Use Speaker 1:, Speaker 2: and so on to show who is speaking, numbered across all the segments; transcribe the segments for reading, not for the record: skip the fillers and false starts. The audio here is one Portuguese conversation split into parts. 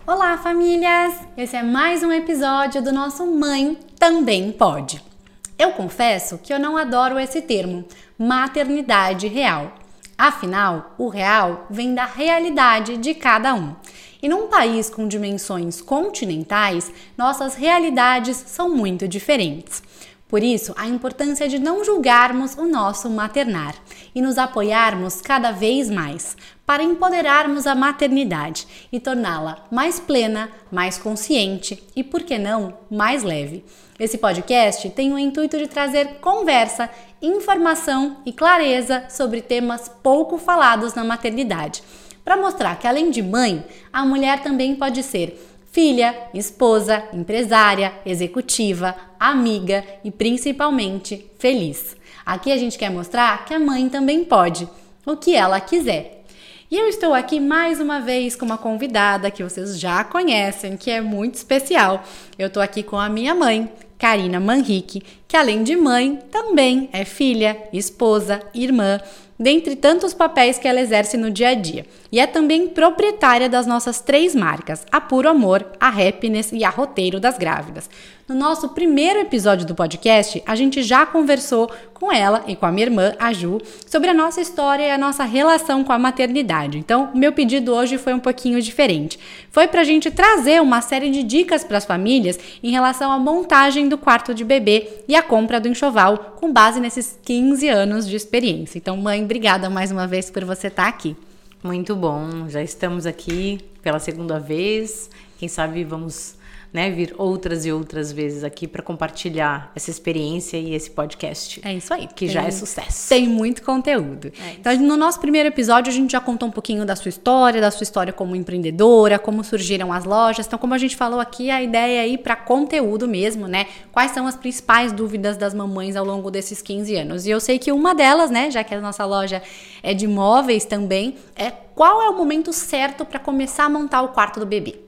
Speaker 1: Olá, famílias! Esse é mais um episódio do nosso Mãe Também Pode. Eu confesso que eu não adoro esse termo, maternidade real. Afinal, o real vem da realidade de cada um. E num país com dimensões continentais, nossas realidades são muito diferentes. Por isso, a importância de não julgarmos o nosso maternar e nos apoiarmos cada vez mais para empoderarmos a maternidade e torná-la mais plena, mais consciente e, por que não, mais leve. Esse podcast tem o intuito de trazer conversa, informação e clareza sobre temas pouco falados na maternidade, para mostrar que, além de mãe, a mulher também pode ser filha, esposa, empresária, executiva, amiga e principalmente feliz. Aqui a gente quer mostrar que a mãe também pode, o que ela quiser. E eu estou aqui mais uma vez com uma convidada que vocês já conhecem, que é muito especial. Eu estou aqui com a minha mãe, Karina Manrique, que além de mãe, também é filha, esposa, irmã, dentre tantos papéis que ela exerce no dia a dia. E é também proprietária das nossas 3 marcas, a Puro Amor, a Happiness e a Roteiro das Grávidas. No nosso primeiro episódio do podcast, a gente já conversou com ela e com a minha irmã, a Ju, sobre a nossa história e a nossa relação com a maternidade. Então, o meu pedido hoje foi um pouquinho diferente. Foi pra gente trazer uma série de dicas para as famílias em relação à montagem do quarto de bebê e a compra do enxoval, com base nesses 15 anos de experiência. Então, mãe, obrigada mais uma vez por você estar aqui.
Speaker 2: Muito bom, já estamos aqui pela segunda vez. Quem sabe vamos vir outras e outras vezes aqui para compartilhar essa experiência e esse podcast.
Speaker 1: É isso aí.
Speaker 2: Que já é sucesso.
Speaker 1: Tem muito conteúdo. Então, no nosso primeiro episódio, a gente já contou um pouquinho da sua história como empreendedora, como surgiram as lojas. Então, como a gente falou aqui, a ideia é ir para conteúdo mesmo, né? Quais são as principais dúvidas das mamães ao longo desses 15 anos? E eu sei que uma delas, né, já que a nossa loja é de móveis também, é qual é o momento certo para começar a montar o quarto do bebê?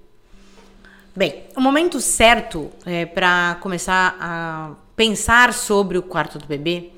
Speaker 2: Bem, o momento certo para começar a pensar sobre o quarto do bebê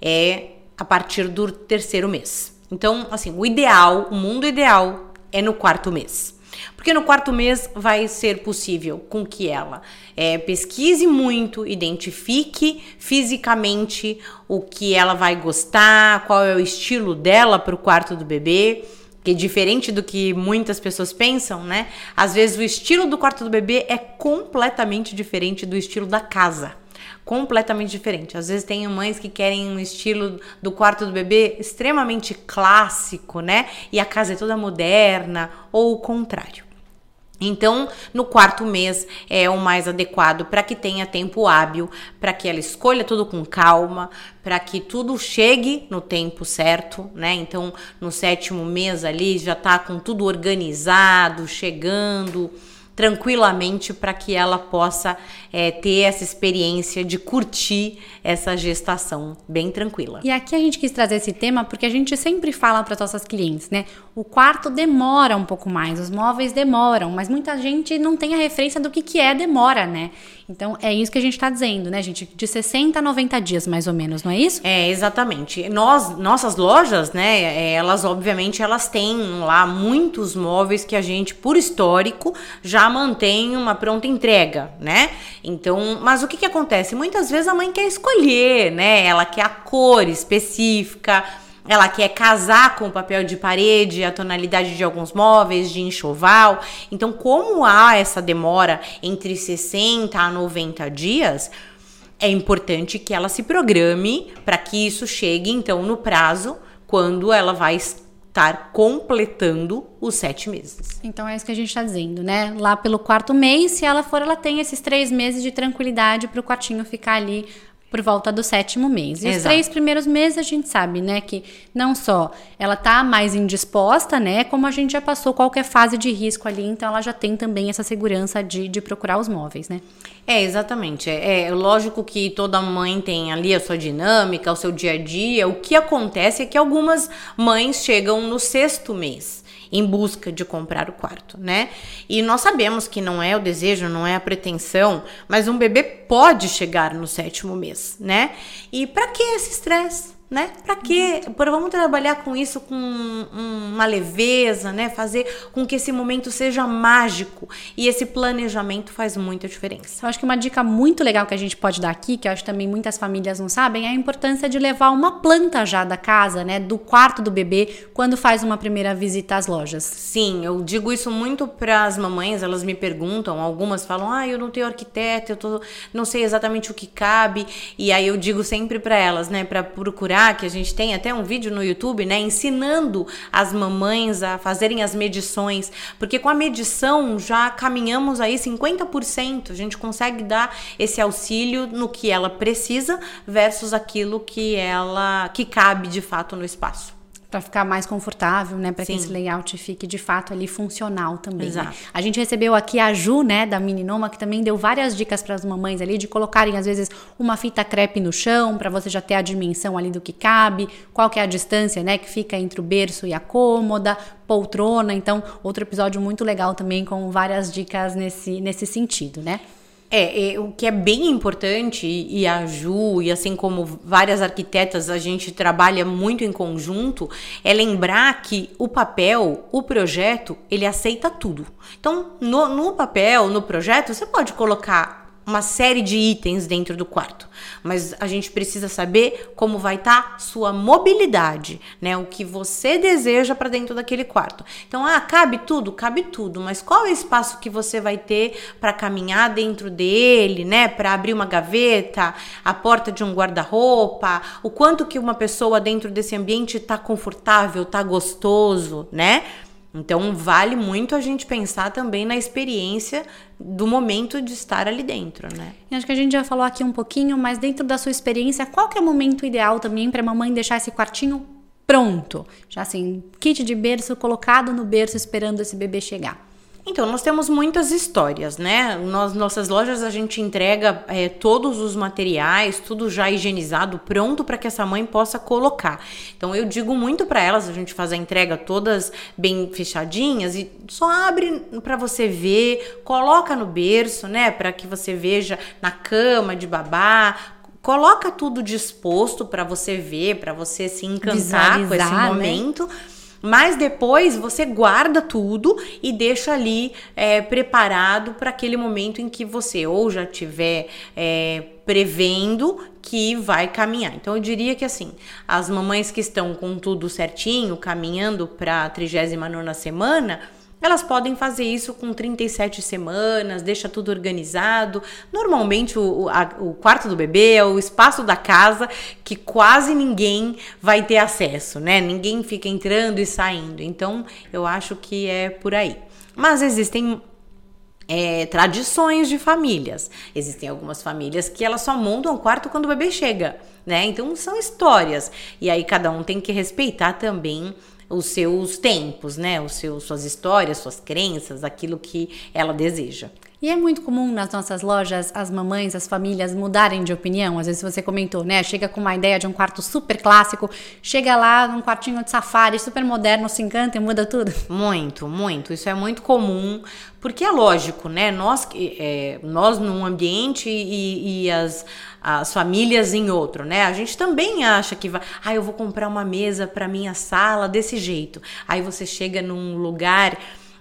Speaker 2: é a partir do 3º mês. Então, assim, o mundo ideal é no 4º mês. Porque no 4º mês vai ser possível com que ela pesquise muito, identifique fisicamente o que ela vai gostar, qual é o estilo dela para o quarto do bebê. Que diferente do que muitas pessoas pensam, né? Às vezes o estilo do quarto do bebê é completamente diferente do estilo da casa. Completamente diferente. Às vezes tem mães que querem um estilo do quarto do bebê extremamente clássico, né? E a casa é toda moderna, ou o contrário. Então, no 4º mês é o mais adequado para que tenha tempo hábil, para que ela escolha tudo com calma, para que tudo chegue no tempo certo, né? Então, no 7º mês ali já tá com tudo organizado, chegando tranquilamente para que ela possa ter essa experiência de curtir essa gestação bem tranquila.
Speaker 1: E aqui a gente quis trazer esse tema porque a gente sempre fala para as nossas clientes, né? O quarto demora um pouco mais, os móveis demoram, mas muita gente não tem a referência do que é demora, né? Então, é isso que a gente tá dizendo, né, gente? De 60 a 90 dias, mais ou menos, não é isso?
Speaker 2: É, exatamente. Nossas lojas, né, elas, obviamente, elas têm lá muitos móveis que a gente, por histórico, já mantém uma pronta entrega, né? Então, mas o que acontece? Muitas vezes a mãe quer escolher, né? Ela quer a cor específica, ela quer casar com o papel de parede, a tonalidade de alguns móveis, de enxoval. Então, como há essa demora entre 60 a 90 dias, é importante que ela se programe para que isso chegue, então, no prazo, quando ela vai estar completando os 7 meses.
Speaker 1: Então, é isso que a gente está dizendo, né? Lá pelo 4º mês, se ela for, ela tem esses 3 meses de tranquilidade para o quartinho ficar ali por volta do 7º mês. E os 3 primeiros meses a gente sabe, né, que não só ela tá mais indisposta, né, como a gente já passou qualquer fase de risco ali, então ela já tem também essa segurança de procurar os móveis, né?
Speaker 2: Exatamente. É lógico que toda mãe tem ali a sua dinâmica, o seu dia a dia. O que acontece é que algumas mães chegam no 6º mês em busca de comprar o quarto, né? E nós sabemos que não é o desejo, não é a pretensão, mas um bebê pode chegar no 7º mês, né? E para que esse estresse? né? Pra quê? Vamos trabalhar com isso com uma leveza, né? Fazer com que esse momento seja mágico. E esse planejamento faz muita diferença.
Speaker 1: Eu acho que uma dica muito legal que a gente pode dar aqui, que eu acho que também muitas famílias não sabem, é a importância de levar uma planta já da casa, né? Do quarto do bebê, quando faz uma primeira visita às lojas.
Speaker 2: Sim, eu digo isso muito para as mamães, elas me perguntam, algumas falam, eu não tenho arquiteto, não sei exatamente o que cabe, e aí eu digo sempre para elas, né, para procurar, que a gente tem até um vídeo no YouTube, né, ensinando as mamães a fazerem as medições, porque com a medição já caminhamos aí 50%, a gente consegue dar esse auxílio no que ela precisa versus aquilo que cabe de fato no espaço.
Speaker 1: Para ficar mais confortável, né? Para que esse layout fique de fato ali funcional também.
Speaker 2: Exato.
Speaker 1: Né? A gente recebeu aqui a Ju, né, da Meninoma, que também deu várias dicas para as mamães ali de colocarem às vezes uma fita crepe no chão para você já ter a dimensão ali do que cabe, qual que é a distância, né, que fica entre o berço e a cômoda, poltrona. Então, outro episódio muito legal também com várias dicas nesse sentido, né?
Speaker 2: O que é bem importante, e a Ju, e assim como várias arquitetas, a gente trabalha muito em conjunto, é lembrar que o papel, o projeto, ele aceita tudo. Então, no papel, no projeto, você pode colocar uma série de itens dentro do quarto, mas a gente precisa saber como vai estar sua mobilidade, né? O que você deseja para dentro daquele quarto. Então, cabe tudo, mas qual é o espaço que você vai ter para caminhar dentro dele, né? Para abrir uma gaveta, a porta de um guarda-roupa, o quanto que uma pessoa dentro desse ambiente tá confortável, tá gostoso, né? Então, vale muito a gente pensar também na experiência do momento de estar ali dentro, né?
Speaker 1: E acho que a gente já falou aqui um pouquinho, mas dentro da sua experiência, qual que é o momento ideal também para a mamãe deixar esse quartinho pronto? Já assim, kit de berço colocado no berço esperando esse bebê chegar.
Speaker 2: Então, nós temos muitas histórias, né? Nossas lojas a gente entrega todos os materiais, tudo já higienizado, pronto para que essa mãe possa colocar. Então, eu digo muito para elas, a gente faz a entrega todas bem fechadinhas e só abre para você ver, coloca no berço, né? Para que você veja na cama de babá. Coloca tudo disposto para você ver, para você se encantar com esse momento. Né? Mas depois você guarda tudo e deixa ali preparado para aquele momento em que você ou já estiver prevendo que vai caminhar. Então eu diria que assim, as mamães que estão com tudo certinho, caminhando para a 39ª semana, elas podem fazer isso com 37 semanas, deixa tudo organizado. Normalmente o quarto do bebê é o espaço da casa que quase ninguém vai ter acesso, né? Ninguém fica entrando e saindo. Então, eu acho que é por aí. Mas existem tradições de famílias. Existem algumas famílias que elas só montam o quarto quando o bebê chega, né? Então, são histórias. E aí, cada um tem que respeitar também os seus tempos, né? Suas histórias, suas crenças, aquilo que ela deseja.
Speaker 1: E é muito comum nas nossas lojas as mamães, as famílias mudarem de opinião. Às vezes você comentou, né? Chega com uma ideia de um quarto super clássico, chega lá num quartinho de safari super moderno, se encanta e muda tudo.
Speaker 2: Muito, muito. Isso é muito comum, porque é lógico, né? Nós num ambiente e as famílias em outro, né? A gente também acha que vai, eu vou comprar uma mesa para minha sala desse jeito. Aí você chega num lugar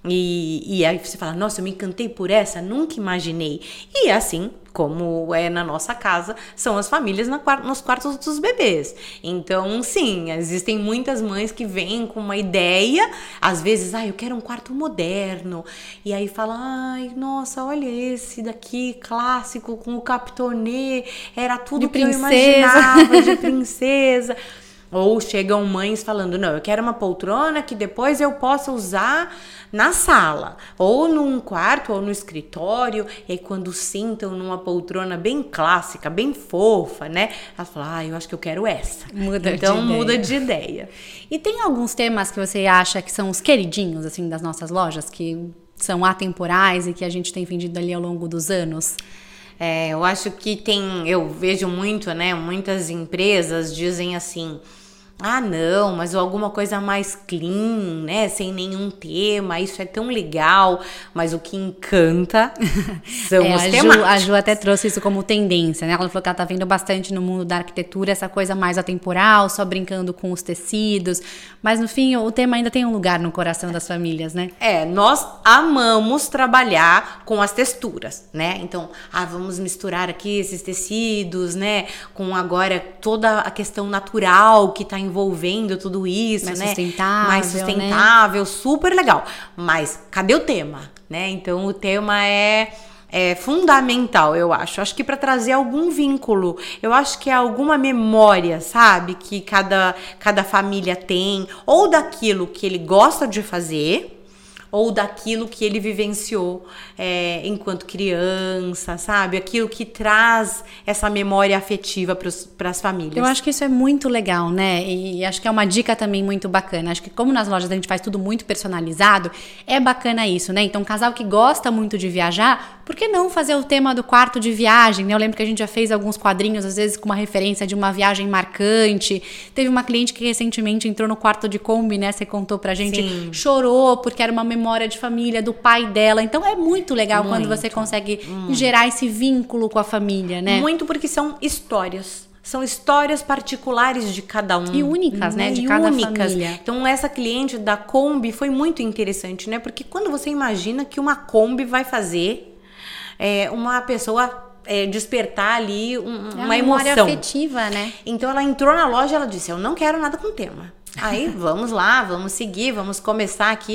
Speaker 2: e aí você fala, nossa, eu me encantei por essa, nunca imaginei. E assim, como é na nossa casa, são as famílias nos quartos dos bebês. Então, sim, existem muitas mães que vêm com uma ideia, às vezes, eu quero um quarto moderno, e aí fala, nossa, olha esse daqui, clássico, com o capitonê, era tudo que eu imaginava, de princesa. Ou chegam mães falando, não, eu quero uma poltrona que depois eu possa usar na sala, ou num quarto, ou no escritório, e aí quando sentam numa poltrona bem clássica, bem fofa, né, elas falam, eu acho que eu quero essa. Muda de ideia.
Speaker 1: E tem alguns temas que você acha que são os queridinhos, assim, das nossas lojas, que são atemporais e que a gente tem vendido ali ao longo dos anos?
Speaker 2: Eu acho que eu vejo muito, né, muitas empresas dizem assim, Ah, não, mas alguma coisa mais clean, né? Sem nenhum tema, isso é tão legal. Mas o que encanta são os temáticos.
Speaker 1: A Ju até trouxe isso como tendência, né? Ela falou que ela tá vendo bastante no mundo da arquitetura essa coisa mais atemporal, só brincando com os tecidos. Mas no fim, o tema ainda tem um lugar no coração das famílias, né?
Speaker 2: Nós amamos trabalhar com as texturas, né? Então, vamos misturar aqui esses tecidos, né? Com agora toda a questão natural que tá envolvendo tudo isso,
Speaker 1: mais
Speaker 2: né?
Speaker 1: Sustentável,
Speaker 2: mais sustentável, né? Super legal. Mas cadê o tema, né? Então o tema é fundamental, eu acho. Acho que para trazer algum vínculo, eu acho que é alguma memória, sabe? Que cada família tem, ou daquilo que ele gosta de fazer, ou daquilo que ele vivenciou enquanto criança, sabe? Aquilo que traz essa memória afetiva para as famílias.
Speaker 1: Eu acho que isso é muito legal, né? E acho que é uma dica também muito bacana. Acho que como nas lojas a gente faz tudo muito personalizado, é bacana isso, né? Então, um casal que gosta muito de viajar, por que não fazer o tema do quarto de viagem, né? Eu lembro que a gente já fez alguns quadrinhos, às vezes com uma referência de uma viagem marcante. Teve uma cliente que recentemente entrou no quarto de Kombi, né? Você contou pra gente,
Speaker 2: Sim.
Speaker 1: Chorou porque era uma memória de família do pai dela. Então é muito legal quando você consegue gerar esse vínculo com a família, né?
Speaker 2: Muito, porque são histórias. São histórias particulares de cada um.
Speaker 1: E únicas, né? De cada família.
Speaker 2: Então, essa cliente da Kombi foi muito interessante, né? Porque quando você imagina que uma Kombi vai fazer uma pessoa despertar ali uma emoção.
Speaker 1: Memória afetiva, né?
Speaker 2: Então, ela entrou na loja e ela disse, eu não quero nada com tema. Aí, vamos lá, vamos seguir, vamos começar aqui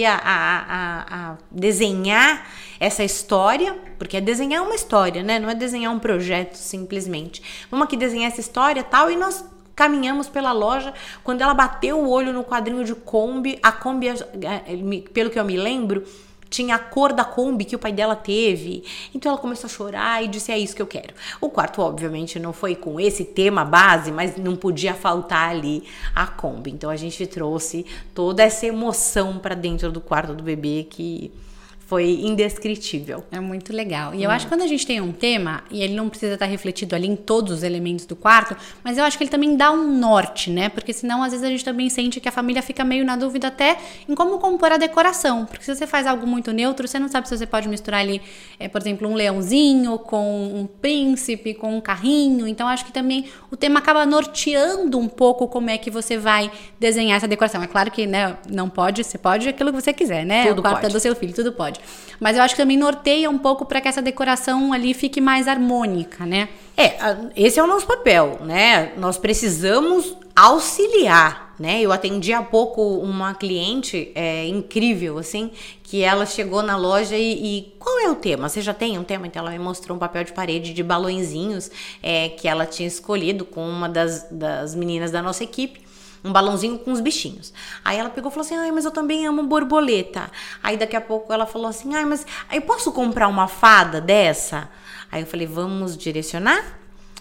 Speaker 2: a desenhar essa história, porque é desenhar uma história, né? Não é desenhar um projeto, simplesmente. Vamos aqui desenhar essa história e tal, e nós caminhamos pela loja. Quando ela bateu o olho no quadrinho de Kombi, a Kombi, pelo que eu me lembro, tinha a cor da Kombi que o pai dela teve. Então ela começou a chorar e disse, é isso que eu quero. O quarto, obviamente, não foi com esse tema base, mas não podia faltar ali a Kombi. Então a gente trouxe toda essa emoção para dentro do quarto do bebê que foi indescritível.
Speaker 1: É muito legal. E eu acho que quando a gente tem um tema, e ele não precisa estar refletido ali em todos os elementos do quarto, mas eu acho que ele também dá um norte, né? Porque senão, às vezes, a gente também sente que a família fica meio na dúvida até em como compor a decoração. Porque se você faz algo muito neutro, você não sabe se você pode misturar ali, por exemplo, um leãozinho com um príncipe, com um carrinho. Então, acho que também o tema acaba norteando um pouco como é que você vai desenhar essa decoração. É claro que, né, não pode, você pode aquilo que você quiser, né?
Speaker 2: Tudo
Speaker 1: o quarto
Speaker 2: pode.
Speaker 1: do seu filho, tudo pode. Mas eu acho que também norteia um pouco para que essa decoração ali fique mais harmônica, né?
Speaker 2: Esse é o nosso papel, né? Nós precisamos auxiliar, né? Eu atendi há pouco uma cliente incrível, assim, que ela chegou na loja e qual é o tema? Você já tem um tema? Então ela me mostrou um papel de parede de balõezinhos que ela tinha escolhido com uma das meninas da nossa equipe. Um balãozinho com os bichinhos. Aí ela pegou e falou assim, mas eu também amo borboleta. Aí daqui a pouco ela falou assim, mas eu posso comprar uma fada dessa? Aí eu falei, vamos direcionar?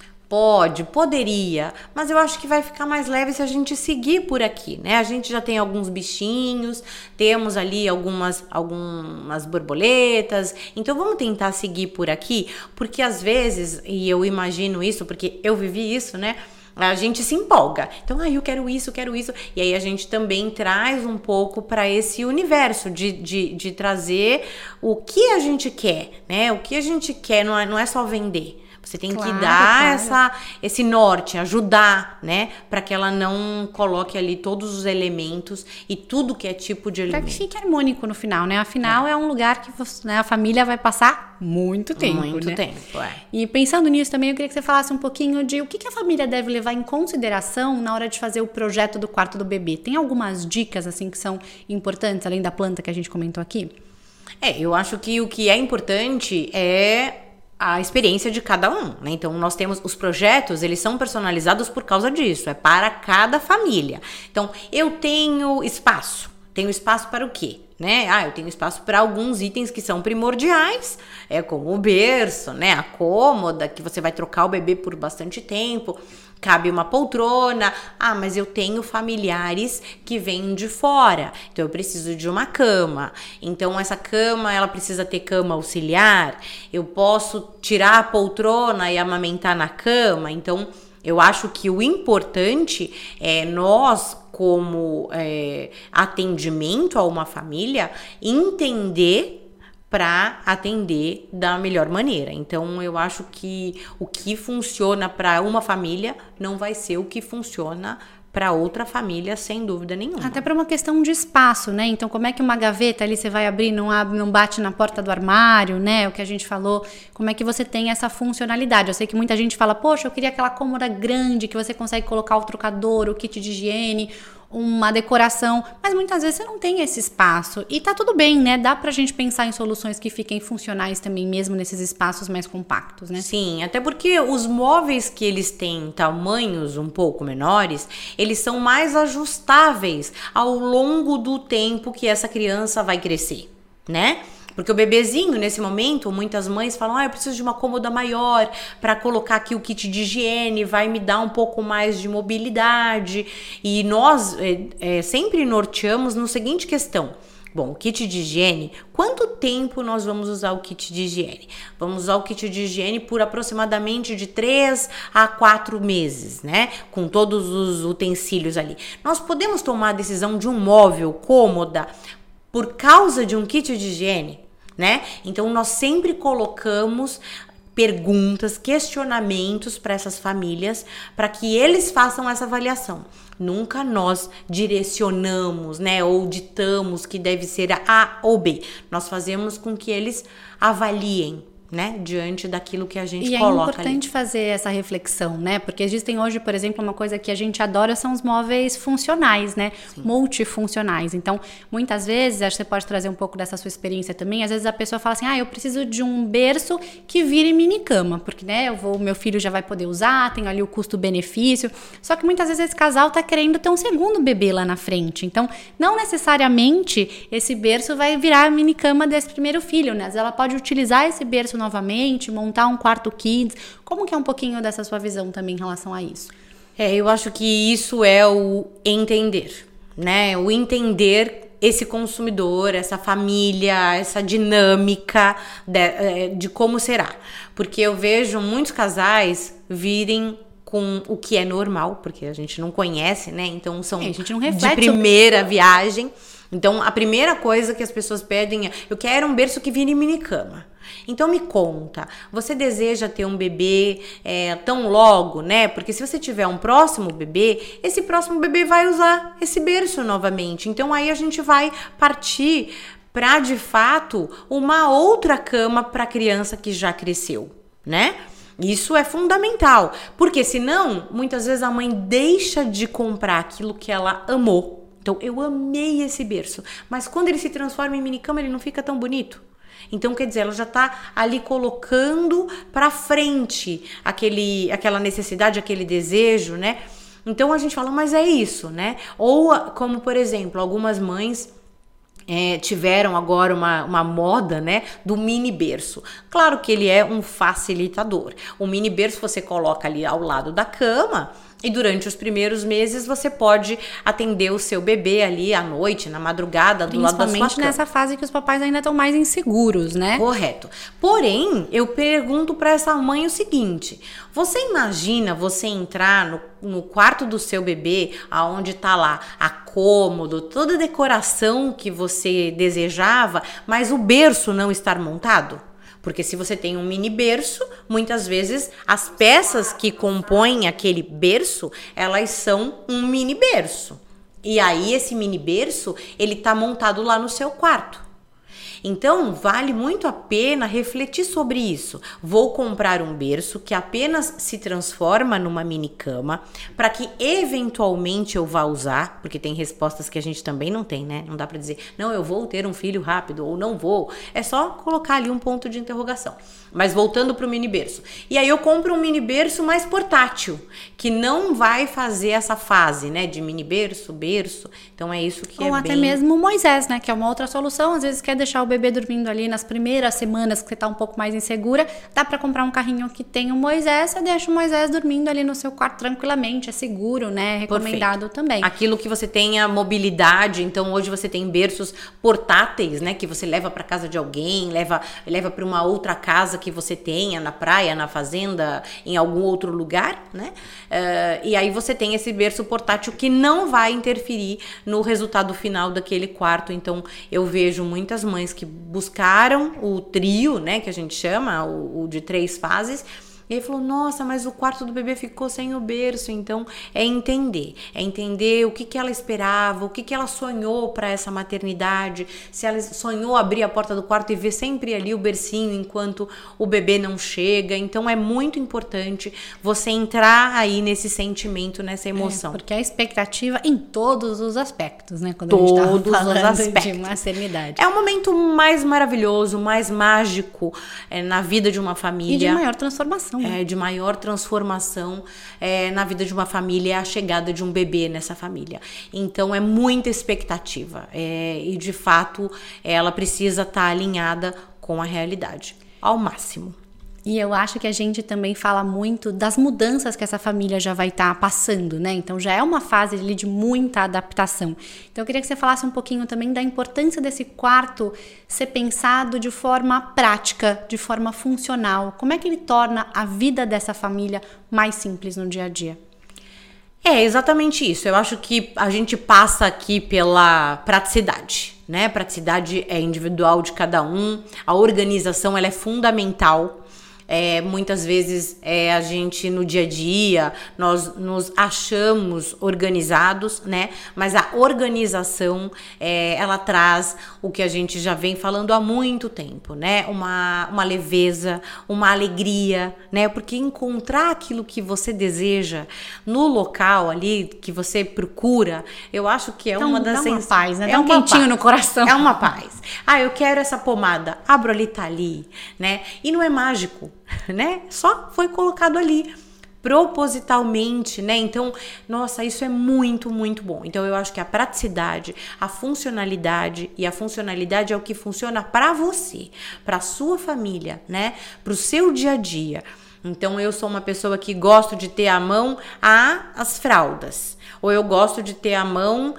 Speaker 2: Poderia, mas eu acho que vai ficar mais leve se a gente seguir por aqui, né? A gente já tem alguns bichinhos, temos ali algumas borboletas, então vamos tentar seguir por aqui, porque às vezes, e eu imagino isso, porque eu vivi isso, né? A gente se empolga. Então, eu quero isso. E aí a gente também traz um pouco para esse universo de trazer o que a gente quer, né? O que a gente quer não é só vender. Você tem que dar esse norte, ajudar, né? Para que ela não coloque ali todos os elementos e tudo que é tipo de elemento.
Speaker 1: Para que fique harmônico no final, né? Afinal, é um lugar que a família vai passar muito tempo,
Speaker 2: Muito tempo.
Speaker 1: E pensando nisso também, eu queria que você falasse um pouquinho de o que a família deve levar em consideração na hora de fazer o projeto do quarto do bebê. Tem algumas dicas, assim, que são importantes, além da planta que a gente comentou aqui?
Speaker 2: Eu acho que o que é importante é a experiência de cada um, né? Então, nós temos os projetos, eles são personalizados por causa disso, é para cada família. Então, eu tenho espaço para o quê? Né? Eu tenho espaço para alguns itens que são primordiais, como o berço, né? A cômoda, que você vai trocar o bebê por bastante tempo. Cabe uma poltrona. Mas eu tenho familiares que vêm de fora, então eu preciso de uma cama. Então essa cama, ela precisa ter cama auxiliar. Eu posso tirar a poltrona e amamentar na cama. Então Eu acho que o importante é nós, como atendimento a uma família, entender para atender da melhor maneira. Então, eu acho que o que funciona para uma família não vai ser o que funciona para outra família, sem dúvida nenhuma.
Speaker 1: Até para uma questão de espaço, né? Então, como é que uma gaveta ali você vai abrir, não abre, não bate na porta do armário, né? O que a gente falou, como é que você tem essa funcionalidade? Eu sei que muita gente fala, poxa, eu queria aquela cômoda grande que você consegue colocar o trocador, o kit de higiene, uma decoração, mas muitas vezes você não tem esse espaço e tá tudo bem, né? Dá pra gente pensar em soluções que fiquem funcionais também, mesmo nesses espaços mais compactos, né?
Speaker 2: Sim, até porque os móveis que eles têm tamanhos um pouco menores, eles são mais ajustáveis ao longo do tempo que essa criança vai crescer, né? Porque o bebezinho, nesse momento, muitas mães falam, eu preciso de uma cômoda maior para colocar aqui o kit de higiene, vai me dar um pouco mais de mobilidade. E nós sempre norteamos na seguinte questão. Bom, o kit de higiene, quanto tempo nós vamos usar o kit de higiene? Vamos usar o kit de higiene por aproximadamente de 3 a 4 meses, né? Com todos os utensílios ali. Nós podemos tomar a decisão de um móvel cômoda por causa de um kit de higiene, né? Então, nós sempre colocamos perguntas, questionamentos para essas famílias, para que eles façam essa avaliação. Nunca nós direcionamos, né, ou ditamos que deve ser a A ou B. Nós fazemos com que eles avaliem, né, diante daquilo que a gente coloca ali.
Speaker 1: E é importante fazer essa reflexão, né, porque existem hoje, por exemplo, uma coisa que a gente adora são os móveis funcionais, né, sim, multifuncionais. Então, muitas vezes, acho que você pode trazer um pouco dessa sua experiência também, às vezes a pessoa fala assim, eu preciso de um berço que vire mini cama, porque, né, meu filho já vai poder usar, tem ali o custo-benefício, só que muitas vezes esse casal tá querendo ter um segundo bebê lá na frente, então, não necessariamente esse berço vai virar a mini cama desse primeiro filho, né, às vezes ela pode utilizar esse berço novamente, montar um quarto kids. Como que é um pouquinho dessa sua visão também em relação a isso?
Speaker 2: Eu acho que isso é o entender, né? O entender esse consumidor, essa família, essa dinâmica de como será. Porque eu vejo muitos casais virem com o que é normal, porque a gente não conhece, né? Então são
Speaker 1: a gente não reflete
Speaker 2: de primeira viagem. Então a primeira coisa que as pessoas pedem é, eu quero um berço que vire mini cama. Então me conta, você deseja ter um bebê tão logo, né? Porque se você tiver um próximo bebê, esse próximo bebê vai usar esse berço novamente. Então aí a gente vai partir para, de fato, uma outra cama para a criança que já cresceu, né? Isso é fundamental, porque senão, muitas vezes a mãe deixa de comprar aquilo que ela amou. Então, eu amei esse berço, mas quando ele se transforma em minicama, ele não fica tão bonito. Então, quer dizer, ela já tá ali colocando para frente aquela necessidade, aquele desejo, né? Então, a gente fala, mas é isso, né? Ou, como, por exemplo, algumas mães tiveram agora uma moda, né, do mini berço. Claro que ele é um facilitador. O mini berço você coloca ali ao lado da cama e durante os primeiros meses você pode atender o seu bebê ali à noite, na madrugada, do lado da sua cama.
Speaker 1: Principalmente nessa fase que os papais ainda estão mais inseguros, né?
Speaker 2: Correto. Porém, eu pergunto para essa mãe o seguinte: você imagina você entrar no quarto do seu bebê, aonde tá lá a cômodo, toda a decoração que você desejava, mas o berço não estar montado? Porque se você tem um mini berço, muitas vezes as peças que compõem aquele berço, elas são um mini berço. E aí esse mini berço, ele tá montado lá no seu quarto. Então, vale muito a pena refletir sobre isso. Vou comprar um berço que apenas se transforma numa mini cama, para que eventualmente eu vá usar, porque tem respostas que a gente também não tem, né? Não dá para dizer, não, eu vou ter um filho rápido ou não vou. É só colocar ali um ponto de interrogação. Mas voltando para o mini berço. E aí eu compro um mini berço mais portátil, que não vai fazer essa fase, né? De mini berço, berço. Então é isso que
Speaker 1: ou até mesmo o Moisés, né? Que é uma outra solução. Às vezes quer deixar o bebê dormindo ali nas primeiras semanas que você tá um pouco mais insegura, dá pra comprar um carrinho que tem o Moisés, você deixa o Moisés dormindo ali no seu quarto tranquilamente, é seguro, né? Recomendado
Speaker 2: Perfeito.
Speaker 1: também.
Speaker 2: Aquilo que você tenha mobilidade, então hoje você tem berços portáteis, né? Que você leva para casa de alguém, leva para uma outra casa que você tenha, na praia, na fazenda, em algum outro lugar, né? E aí você tem esse berço portátil que não vai interferir no resultado final daquele quarto. Então eu vejo muitas mães que buscaram o trio, né? Que a gente chama, o de 3 fases. E ele falou, nossa, mas o quarto do bebê ficou sem o berço. Então, é entender o que ela esperava, o que ela sonhou para essa maternidade, se ela sonhou abrir a porta do quarto e ver sempre ali o bercinho enquanto o bebê não chega. Então, é muito importante você entrar aí nesse sentimento, nessa emoção.
Speaker 1: Porque a expectativa em todos os aspectos, né? Quando a gente tá falando de maternidade.
Speaker 2: É o momento mais maravilhoso, mais mágico na vida de uma família.
Speaker 1: E de maior transformação.
Speaker 2: De maior transformação na vida de uma família, é a chegada de um bebê nessa família. Então é muita expectativa e de fato ela precisa estar alinhada com a realidade ao máximo.
Speaker 1: E eu acho que a gente também fala muito das mudanças que essa família já vai estar passando, né? Então já é uma fase ali de muita adaptação. Então eu queria que você falasse um pouquinho também da importância desse quarto ser pensado de forma prática, de forma funcional. Como é que ele torna a vida dessa família mais simples no dia a dia?
Speaker 2: É exatamente isso. Eu acho que a gente passa aqui pela praticidade, né? Praticidade é individual de cada um. A organização ela é fundamental. Muitas vezes a gente no dia a dia nós nos achamos organizados, né? Mas a organização ela traz o que a gente já vem falando há muito tempo, né? Uma leveza, uma alegria, né? Porque encontrar aquilo que você deseja no local ali que você procura, eu acho que é uma das
Speaker 1: uma paz, né?
Speaker 2: É
Speaker 1: um quentinho no coração.
Speaker 2: É uma paz. Eu quero essa pomada, abro ali, tá ali, né? E não é mágico, né? Só foi colocado ali propositalmente, né? Então, nossa, isso é muito, muito bom. Então, eu acho que a praticidade, a funcionalidade, e a funcionalidade é o que funciona para você, para sua família, né? Para o seu dia a dia. Então, eu sou uma pessoa que gosto de ter à mão as fraldas, ou eu gosto de ter à mão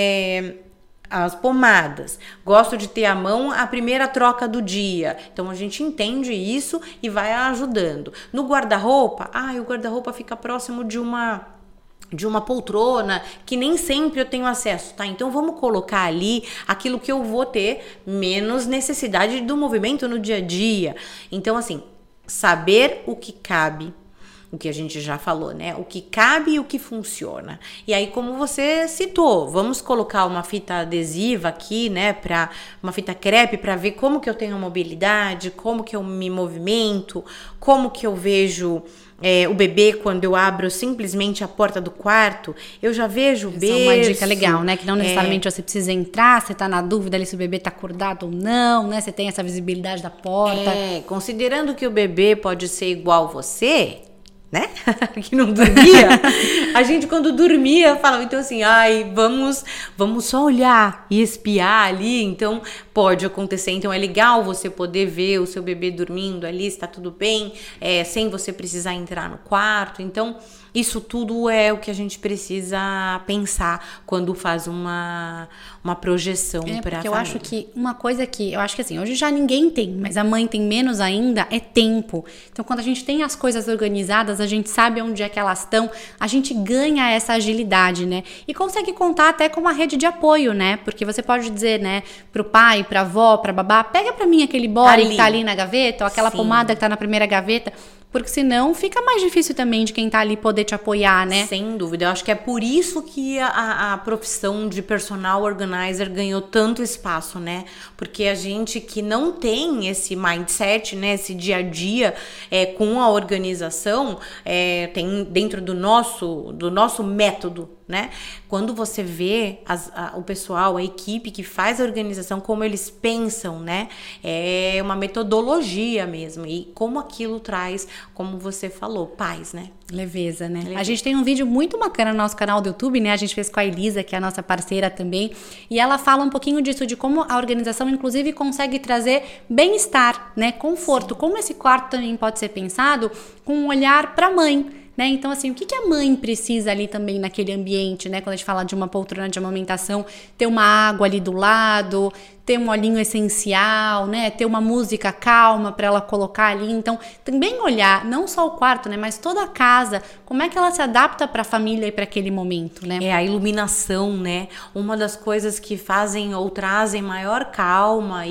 Speaker 2: as pomadas, gosto de ter à mão a primeira troca do dia. Então a gente entende isso e vai ajudando. No guarda-roupa, o guarda-roupa fica próximo de uma poltrona que nem sempre eu tenho acesso, tá? Então vamos colocar ali aquilo que eu vou ter menos necessidade do movimento no dia a dia. Então assim, saber o que cabe, o que a gente já falou, né? O que cabe e o que funciona. E aí, como você citou, vamos colocar uma fita adesiva aqui, né? Uma fita crepe para ver como que eu tenho mobilidade, como que eu me movimento, como que eu vejo o bebê quando eu abro simplesmente a porta do quarto. Eu já vejo o berço.
Speaker 1: Essa é uma dica legal, né? Que não necessariamente você precisa entrar, você tá na dúvida ali se o bebê tá acordado ou não, né? Você tem essa visibilidade da porta.
Speaker 2: Considerando que o bebê pode ser igual você, né? Que não dormia. A gente quando dormia falava, então assim, vamos só olhar e espiar ali, então pode acontecer. Então é legal você poder ver o seu bebê dormindo ali, se tá tudo bem, sem você precisar entrar no quarto. Então isso tudo é o que a gente precisa pensar quando faz uma projeção para a família.
Speaker 1: Eu acho que uma coisa que, eu acho que assim, hoje já ninguém tem, mas a mãe tem menos ainda, é tempo. Então quando a gente tem as coisas organizadas, a gente sabe onde é que elas estão, a gente ganha essa agilidade, né? E consegue contar até com uma rede de apoio, né? Porque você pode dizer, né, pro pai, pra avó, pra babá, pega pra mim aquele body que tá ali na gaveta, ou aquela pomada que tá na primeira gaveta. Porque senão fica mais difícil também de quem tá ali poder te apoiar, né?
Speaker 2: Sem dúvida. Eu acho que é por isso que a profissão de personal organizer ganhou tanto espaço, né? Porque a gente que não tem esse mindset, né? Esse dia a dia com a organização, tem dentro do nosso método, né? Quando você vê o pessoal, a equipe que faz a organização, como eles pensam, né? É uma metodologia mesmo. E como aquilo traz, como você falou, paz, né?
Speaker 1: Leveza, né? Leveza. A gente tem um vídeo muito bacana no nosso canal do YouTube, né? A gente fez com a Elisa, que é a nossa parceira também. E ela fala um pouquinho disso, de como a organização, inclusive, consegue trazer bem-estar, né? Conforto. Sim. Como esse quarto também pode ser pensado com um olhar para a mãe. Né? Então, assim, o que a mãe precisa ali também naquele ambiente, né? Quando a gente fala de uma poltrona de amamentação, ter uma água ali do lado, ter um olhinho essencial, né? Ter uma música calma para ela colocar ali. Então, também olhar não só o quarto, né? Mas toda a casa, como é que ela se adapta para a família e para aquele momento, né?
Speaker 2: É a iluminação, né? Uma das coisas que fazem ou trazem maior calma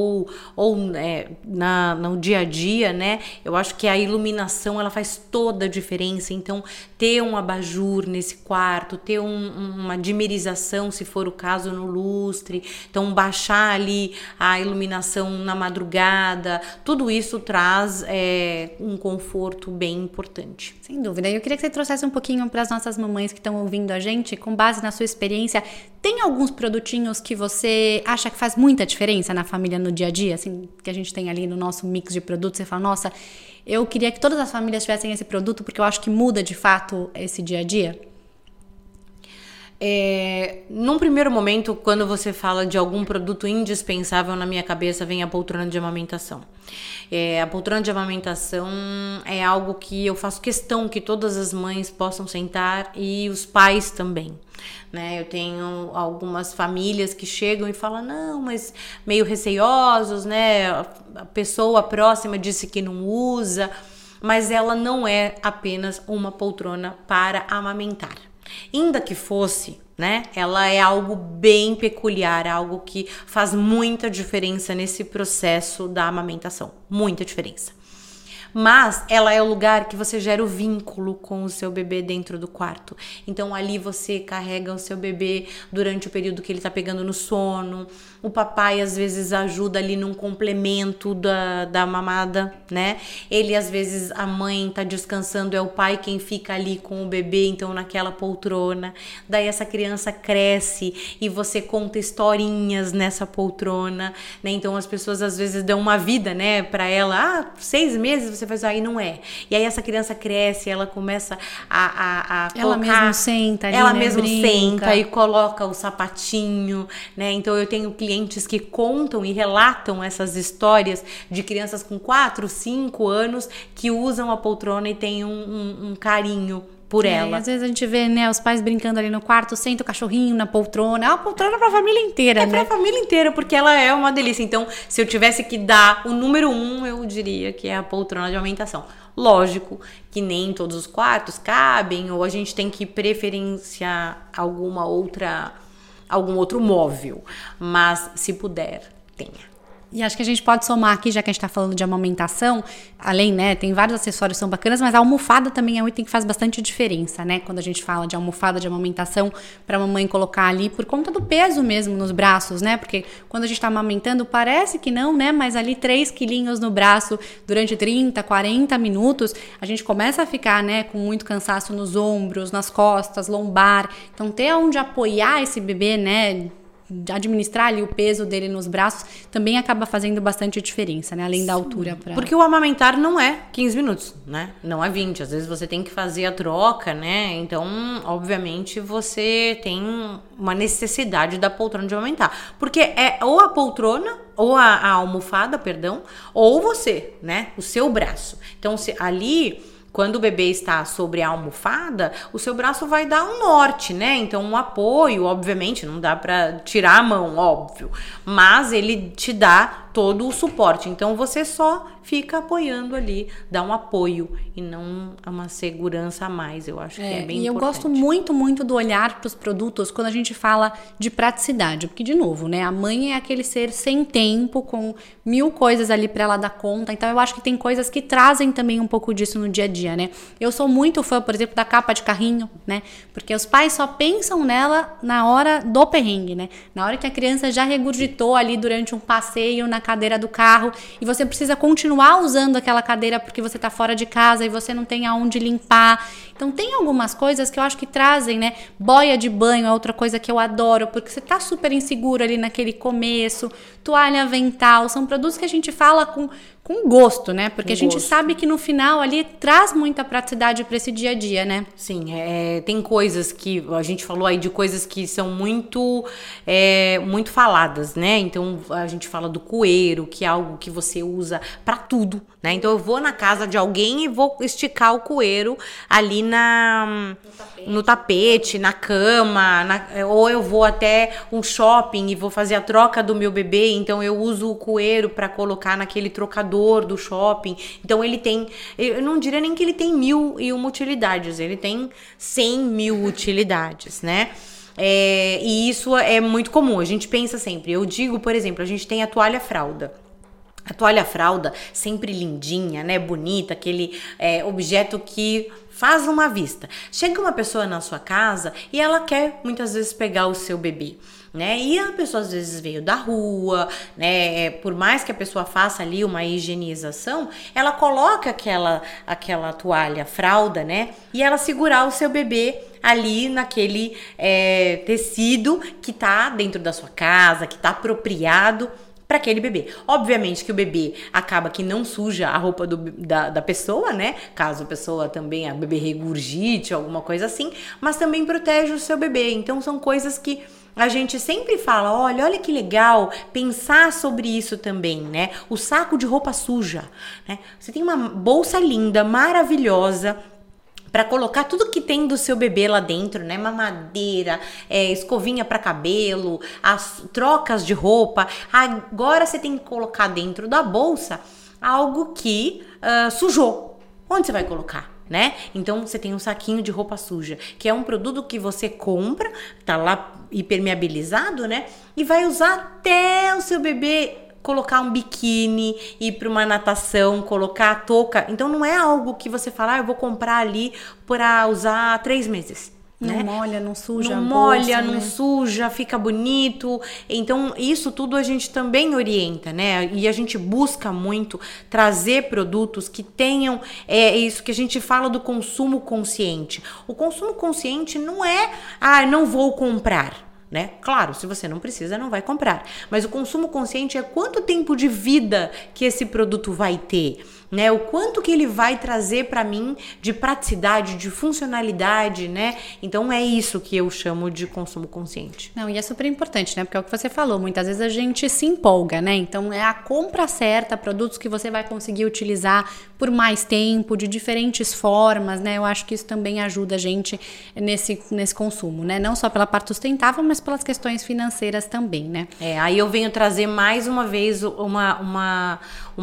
Speaker 2: no dia a dia, né? Eu acho que a iluminação, ela faz toda a diferença. Então, ter um abajur nesse quarto, ter uma dimerização, se for o caso, no lustre. Então, baixar ali a iluminação na madrugada, tudo isso traz um conforto bem importante.
Speaker 1: Sem dúvida. E eu queria que você trouxesse um pouquinho para as nossas mamães que estão ouvindo a gente, com base na sua experiência, tem alguns produtinhos que você acha que faz muita diferença na família no dia a dia, assim, que a gente tem ali no nosso mix de produtos, você fala, nossa, eu queria que todas as famílias tivessem esse produto, porque eu acho que muda de fato esse dia a dia?
Speaker 2: Num primeiro momento, quando você fala de algum produto indispensável, na minha cabeça vem a poltrona de amamentação. A poltrona de amamentação é algo que eu faço questão que todas as mães possam sentar e os pais também. Né? Eu tenho algumas famílias que chegam e falam, não, mas meio receiosos, né? A pessoa próxima disse que não usa, mas ela não é apenas uma poltrona para amamentar. Ainda que fosse, né? Ela é algo bem peculiar, algo que faz muita diferença nesse processo da amamentação, muita diferença. Mas ela é o lugar que você gera o vínculo com o seu bebê dentro do quarto. Então ali você carrega o seu bebê durante o período que ele tá pegando no sono. O papai às vezes ajuda ali num complemento da mamada, né? Ele às vezes, a mãe tá descansando, é o pai quem fica ali com o bebê, então naquela poltrona. Daí essa criança cresce e você conta historinhas nessa poltrona, né? Então as pessoas às vezes dão uma vida, né, pra ela. 6 meses você faz, aí não é. E aí essa criança cresce, ela começa a
Speaker 1: ela
Speaker 2: colocar...
Speaker 1: mesma senta ali,
Speaker 2: ela
Speaker 1: né,
Speaker 2: mesma
Speaker 1: brinca.
Speaker 2: senta e coloca o sapatinho, né? Então eu tenho clientes que contam e relatam essas histórias de crianças com 4, 5 anos que usam a poltrona e têm um carinho por ela.
Speaker 1: Às vezes a gente vê, né, os pais brincando ali no quarto, senta o cachorrinho na poltrona. É uma poltrona pra família inteira, né?
Speaker 2: É pra família inteira, porque ela é uma delícia. Então, se eu tivesse que dar o número 1, eu diria que é a poltrona de amamentação. Lógico que nem em todos os quartos cabem, ou a gente tem que preferenciar algum outro móvel. Mas, se puder, tenha.
Speaker 1: E acho que a gente pode somar aqui, já que a gente tá falando de amamentação, além, né, tem vários acessórios que são bacanas, mas a almofada também é um item que faz bastante diferença, né? Quando a gente fala de almofada de amamentação pra mamãe colocar ali, por conta do peso mesmo nos braços, né? Porque quando a gente tá amamentando, parece que não, né? Mas ali 3 quilinhos no braço durante 30, 40 minutos, a gente começa a ficar, né, com muito cansaço nos ombros, nas costas, lombar. Então, ter onde apoiar esse bebê, né, administrar ali o peso dele nos braços, também acaba fazendo bastante diferença, né? Além Sim, da altura.
Speaker 2: Porque o amamentar não é 15 minutos, né? Não é 20. Às vezes você tem que fazer a troca, né? Então, obviamente, você tem uma necessidade da poltrona de amamentar. Porque é ou a poltrona, ou a almofada, perdão, ou você, né? O seu braço. Então, ali... Quando o bebê está sobre a almofada, o seu braço vai dar um norte, né? Então, um apoio, obviamente, não dá pra tirar a mão, óbvio. Mas ele te dá todo o suporte. Então, você só fica apoiando ali, dá um apoio e não uma segurança a mais. Eu acho que é bem importante.
Speaker 1: E eu gosto muito, muito do olhar para os produtos quando a gente fala de praticidade. Porque, de novo, né? A mãe é aquele ser sem tempo, com 1000 coisas ali para ela dar conta. Então, eu acho que tem coisas que trazem também um pouco disso no dia a dia, né? Eu sou muito fã, por exemplo, da capa de carrinho, né? Porque os pais só pensam nela na hora do perrengue, né? Na hora que a criança já regurgitou ali durante um passeio na cadeira do carro e você precisa continuar usando aquela cadeira porque você tá fora de casa e você não tem aonde limpar. Então tem algumas coisas que eu acho que trazem, né? Boia de banho é outra coisa que eu adoro, porque você tá super inseguro ali naquele começo. Toalha avental, são produtos que a gente fala com gosto, né? Porque a gente sabe que no final ali traz muita praticidade para esse dia a dia, né?
Speaker 2: Sim, tem coisas que a gente falou aí de coisas que são muito faladas, né? Então a gente fala do cueiro, que é algo que você usa para tudo, né? Então eu vou na casa de alguém e vou esticar o cueiro ali no tapete, na cama, ou eu vou até um shopping e vou fazer a troca do meu bebê, então eu uso o cueiro para colocar naquele trocador do shopping. Então ele tem, eu não diria nem que ele tem 1001 utilidades, ele tem 100.000 utilidades, né? E isso é muito comum, a gente pensa sempre. Eu digo, por exemplo, a gente tem a toalha fralda. A toalha fralda, sempre lindinha, né, bonita, aquele objeto que faz uma vista. Chega uma pessoa na sua casa e ela quer muitas vezes pegar o seu bebê, né? E a pessoa às vezes veio da rua, né? Por mais que a pessoa faça ali uma higienização, ela coloca aquela toalha fralda, né? E ela segurar o seu bebê ali naquele tecido que tá dentro da sua casa, que tá apropriado para aquele bebê. Obviamente que o bebê acaba que não suja a roupa da pessoa, né? Caso a pessoa também, a bebê regurgite, alguma coisa assim, mas também protege o seu bebê. Então são coisas que a gente sempre fala, olha que legal pensar sobre isso também, né? O saco de roupa suja, né? Você tem uma bolsa linda, maravilhosa, para colocar tudo que tem do seu bebê lá dentro, né? Mamadeira, escovinha para cabelo, as trocas de roupa. Agora você tem que colocar dentro da bolsa algo que sujou. Onde você vai colocar, né? Então você tem um saquinho de roupa suja, que é um produto que você compra, tá lá hipermeabilizado, né? E vai usar até o seu bebê colocar um biquíni, ir para uma natação, colocar a touca. Então não é algo que você fala, eu vou comprar ali para usar 3 meses.
Speaker 1: Não
Speaker 2: né?
Speaker 1: molha, não suja.
Speaker 2: Não
Speaker 1: bolsa,
Speaker 2: molha,
Speaker 1: né?
Speaker 2: não suja, fica bonito. Então, isso tudo a gente também orienta, né? E a gente busca muito trazer produtos que tenham isso que a gente fala do consumo consciente. O consumo consciente não é, não vou comprar. Né? Claro, se você não precisa, não vai comprar. Mas o consumo consciente é quanto tempo de vida que esse produto vai ter, né? O quanto que ele vai trazer para mim de praticidade, de funcionalidade, né? Então é isso que eu chamo de consumo consciente.
Speaker 1: Não, e é super importante, né? Porque é o que você falou, muitas vezes a gente se empolga, né? Então é a compra certa, produtos que você vai conseguir utilizar por mais tempo, de diferentes formas, né? Eu acho que isso também ajuda a gente nesse consumo, né? Não só pela parte sustentável, mas pelas questões financeiras também, né?
Speaker 2: Aí eu venho trazer mais uma vez uma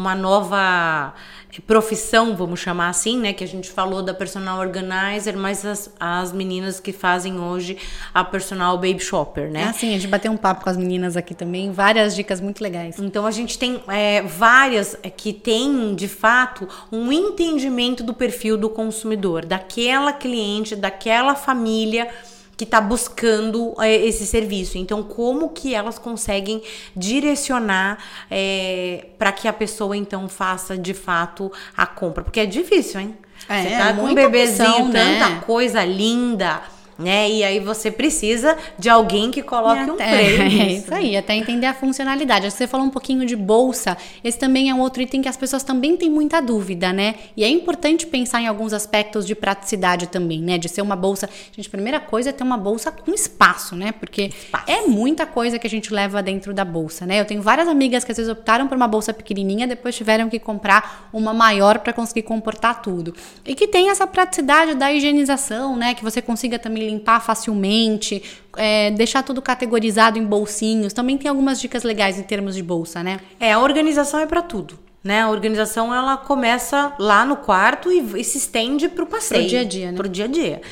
Speaker 2: nova profissão, vamos chamar assim, né? Que a gente falou da personal organizer, mas as meninas que fazem hoje a personal baby shopper, né?
Speaker 1: Sim, a gente bateu um papo com as meninas aqui também, várias dicas muito legais.
Speaker 2: Então a gente tem várias que têm, de fato, um entendimento do perfil do consumidor, daquela cliente, daquela família que está buscando esse serviço. Então, como que elas conseguem direcionar para que a pessoa, então, faça, de fato, a compra? Porque é difícil, hein? Você tá com um bebezinho,
Speaker 1: opção,
Speaker 2: tanta
Speaker 1: né?
Speaker 2: coisa linda, né? E aí você precisa de alguém que coloque um freio nisso.
Speaker 1: Isso aí, até entender a funcionalidade. Acho que você falou um pouquinho de bolsa, esse também é um outro item que as pessoas também têm muita dúvida, né? E é importante pensar em alguns aspectos de praticidade também, né? De ser uma bolsa... Gente, a primeira coisa é ter uma bolsa com espaço, né? Porque é muita coisa que a gente leva dentro da bolsa, né? Eu tenho várias amigas que às vezes optaram por uma bolsa pequenininha, depois tiveram que comprar uma maior para conseguir comportar tudo. E que tem essa praticidade da higienização, né? Que você consiga também limpar facilmente, deixar tudo categorizado em bolsinhos. Também tem algumas dicas legais em termos de bolsa, né?
Speaker 2: A organização é para tudo, né? A organização, ela começa lá no quarto e se estende pro passeio.
Speaker 1: Pro dia a dia, né?
Speaker 2: Pro dia a dia.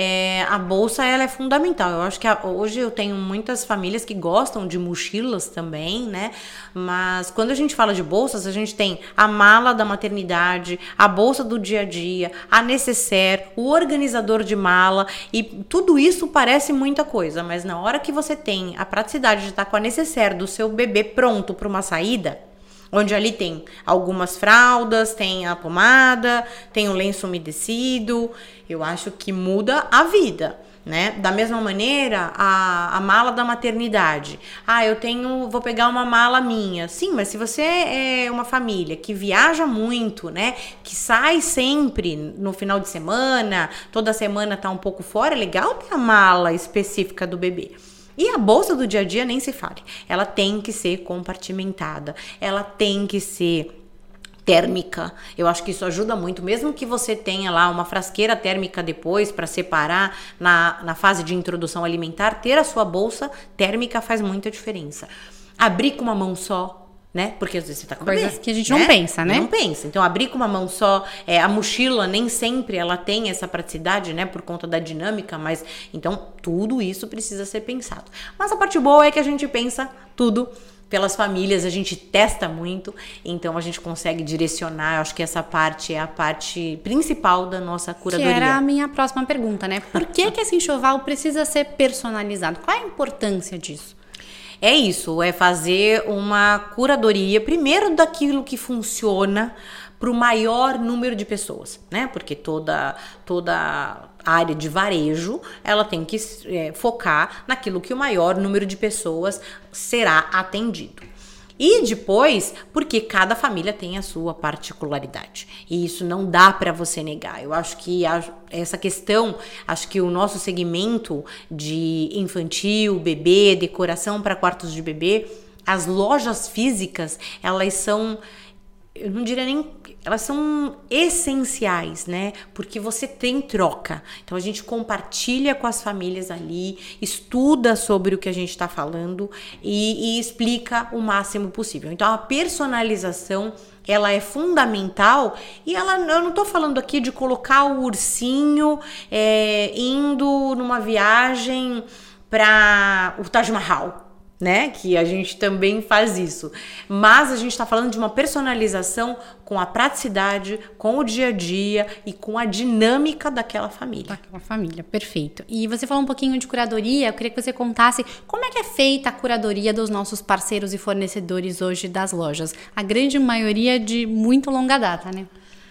Speaker 2: A bolsa, ela é fundamental. Eu acho que hoje eu tenho muitas famílias que gostam de mochilas também, né? Mas quando a gente fala de bolsas, a gente tem a mala da maternidade, a bolsa do dia a dia, a nécessaire, o organizador de mala, e tudo isso parece muita coisa, mas na hora que você tem a praticidade de estar com a nécessaire do seu bebê pronto para uma saída, onde ali tem algumas fraldas, tem a pomada, tem o lenço umedecido. Eu acho que muda a vida, né? Da mesma maneira, a mala da maternidade. Vou pegar uma mala minha. Sim, mas se você é uma família que viaja muito, né? Que sai sempre no final de semana, toda semana tá um pouco fora, é legal ter a mala específica do bebê. E a bolsa do dia a dia nem se fale. Ela tem que ser compartimentada, ela tem que ser térmica. Eu acho que isso ajuda muito, mesmo que você tenha lá uma frasqueira térmica depois para separar na fase de introdução alimentar, ter a sua bolsa térmica faz muita diferença. Abrir com uma mão só, né? Porque às vezes você tá com
Speaker 1: coisas
Speaker 2: bebê,
Speaker 1: que a gente não pensa, né?
Speaker 2: Não pensa. Então, abrir com uma mão só, a mochila nem sempre ela tem essa praticidade, né? Por conta da dinâmica, mas então tudo isso precisa ser pensado. Mas a parte boa é que a gente pensa tudo pelas famílias, a gente testa muito, então a gente consegue direcionar. Eu acho que essa parte é a parte principal da nossa curadoria.
Speaker 1: Que era a minha próxima pergunta, né? Por que esse enxoval precisa ser personalizado? Qual é a importância disso?
Speaker 2: É isso, é fazer uma curadoria, primeiro daquilo que funciona para o maior número de pessoas, né? Porque toda área de varejo, ela tem que focar naquilo que o maior número de pessoas será atendido. E depois, porque cada família tem a sua particularidade. E isso não dá para você negar. Eu acho que essa questão, acho que o nosso segmento de infantil, bebê, decoração para quartos de bebê, as lojas físicas, elas são, eu não diria nem, elas são essenciais, né? Porque você tem troca. Então a gente compartilha com as famílias ali, estuda sobre o que a gente está falando e explica o máximo possível. Então a personalização, ela é fundamental e eu não tô falando aqui de colocar o ursinho indo numa viagem para o Taj Mahal, né? Que a gente também faz isso. Mas a gente está falando de uma personalização com a praticidade, com o dia a dia e com a dinâmica daquela família.
Speaker 1: Daquela família, perfeito. E você falou um pouquinho de curadoria, eu queria que você contasse como é que é feita a curadoria dos nossos parceiros e fornecedores hoje das lojas. A grande maioria de muito longa data, né?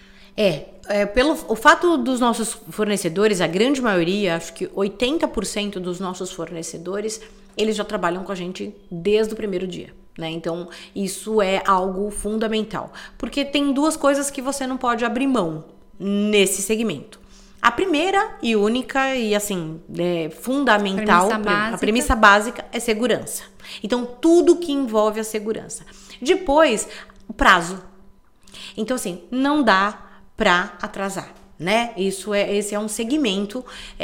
Speaker 2: Pelo o fato dos nossos fornecedores, a grande maioria, acho que 80% dos nossos fornecedores, eles já trabalham com a gente desde o primeiro dia, né? Então, isso é algo fundamental. Porque tem duas coisas que você não pode abrir mão nesse segmento. A primeira e única e, assim, fundamental, a premissa básica é segurança. Então, tudo que envolve a segurança. Depois, o prazo. Então, assim, não dá para atrasar, né? Esse é um segmento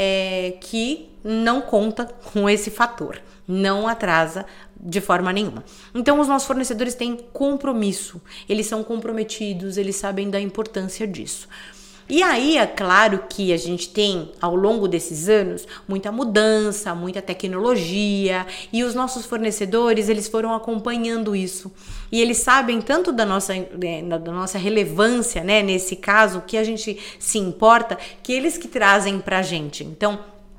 Speaker 2: que não conta com esse fator, não atrasa de forma nenhuma. Então os nossos fornecedores têm compromisso, eles são comprometidos, eles sabem da importância disso. E aí, é claro que a gente tem, ao longo desses anos, muita mudança, muita tecnologia, e os nossos fornecedores, eles foram acompanhando isso. E eles sabem tanto da nossa relevância, né, nesse caso, que a gente se importa, que eles que trazem pra gente. Então,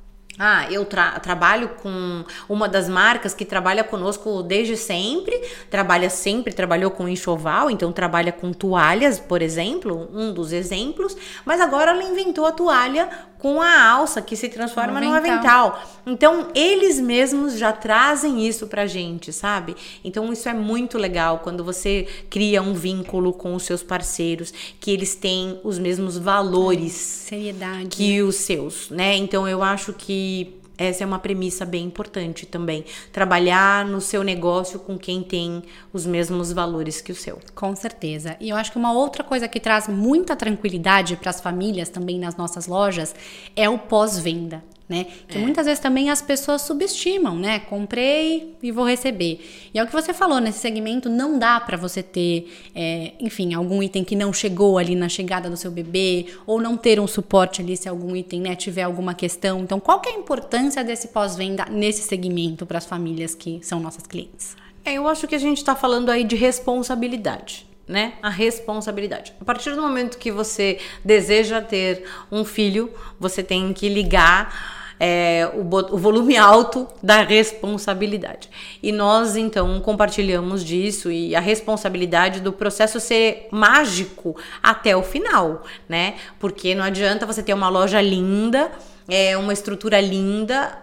Speaker 2: eu trabalho com uma das marcas que trabalha conosco desde sempre, trabalhou com enxoval, então trabalha com toalhas, por exemplo, um dos exemplos, mas agora ela inventou a toalha com a alça que se transforma num avental. Então, eles mesmos já trazem isso pra gente, sabe? Então, isso é muito legal quando você cria um vínculo com os seus parceiros, que eles têm os mesmos valores,
Speaker 1: seriedade,
Speaker 2: que os seus, né? Então, eu acho que essa é uma premissa bem importante também. Trabalhar no seu negócio com quem tem os mesmos valores que o seu.
Speaker 1: Com certeza. E eu acho que uma outra coisa que traz muita tranquilidade para as famílias também nas nossas lojas é o pós-venda, né? Que muitas vezes também as pessoas subestimam, né? Comprei e vou receber. E é o que você falou, nesse segmento não dá para você ter, enfim, algum item que não chegou ali na chegada do seu bebê, ou não ter um suporte ali se algum item, né, tiver alguma questão. Então, qual que é a importância desse pós-venda nesse segmento para as famílias que são nossas clientes?
Speaker 2: Eu acho que a gente está falando aí de responsabilidade, né? A responsabilidade. A partir do momento que você deseja ter um filho, você tem que ligar o volume alto da responsabilidade. E nós, então, compartilhamos disso e a responsabilidade do processo ser mágico até o final, né? Porque não adianta você ter uma loja linda, uma estrutura linda,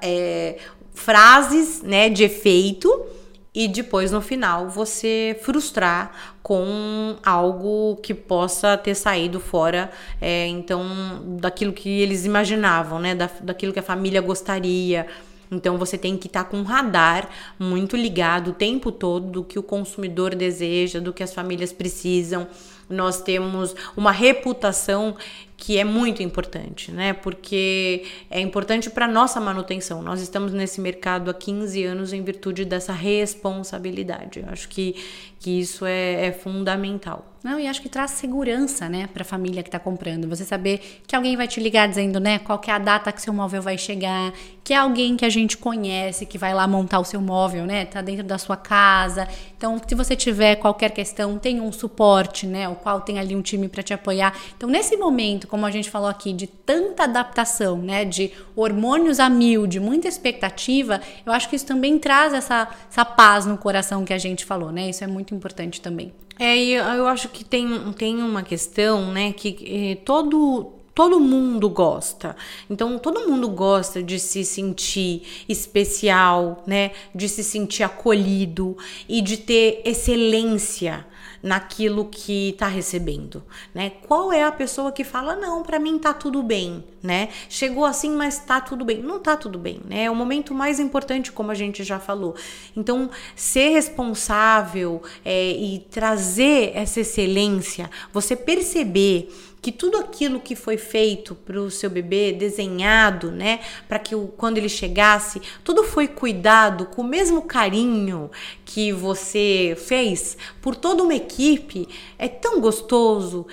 Speaker 2: frases, né, de efeito, e depois no final você frustrar com algo que possa ter saído fora, então, daquilo que eles imaginavam, né, daquilo que a família gostaria. Então você tem que estar com um radar muito ligado o tempo todo do que o consumidor deseja, do que as famílias precisam. Nós temos uma reputação que é muito importante, né? Porque é importante para nossa manutenção. Nós estamos nesse mercado há 15 anos em virtude dessa responsabilidade. Eu acho que isso é fundamental.
Speaker 1: Não, e acho que traz segurança, né, para a família que está comprando. Você saber que alguém vai te ligar dizendo, né, qual que é a data que seu móvel vai chegar, que é alguém que a gente conhece, que vai lá montar o seu móvel, né, tá dentro da sua casa. Então, se você tiver qualquer questão, tem um suporte, né, o qual tem ali um time para te apoiar. Então, nesse momento, como a gente falou aqui, de tanta adaptação, né, de hormônios a mil, de muita expectativa, eu acho que isso também traz essa paz no coração que a gente falou, né, isso é muito importante também.
Speaker 2: E eu acho que tem uma questão, né, que todo mundo gosta. Então, todo mundo gosta de se sentir especial, né, de se sentir acolhido e de ter excelência naquilo que tá recebendo, né? Qual é a pessoa que fala, não, pra mim tá tudo bem, né? Chegou assim, mas tá tudo bem. Não tá tudo bem, né? É o momento mais importante, como a gente já falou. Então, ser responsável e trazer essa excelência, você perceber que tudo aquilo que foi feito para o seu bebê, desenhado, né, para que quando ele chegasse, tudo foi cuidado com o mesmo carinho que você fez por toda uma equipe, é tão gostoso.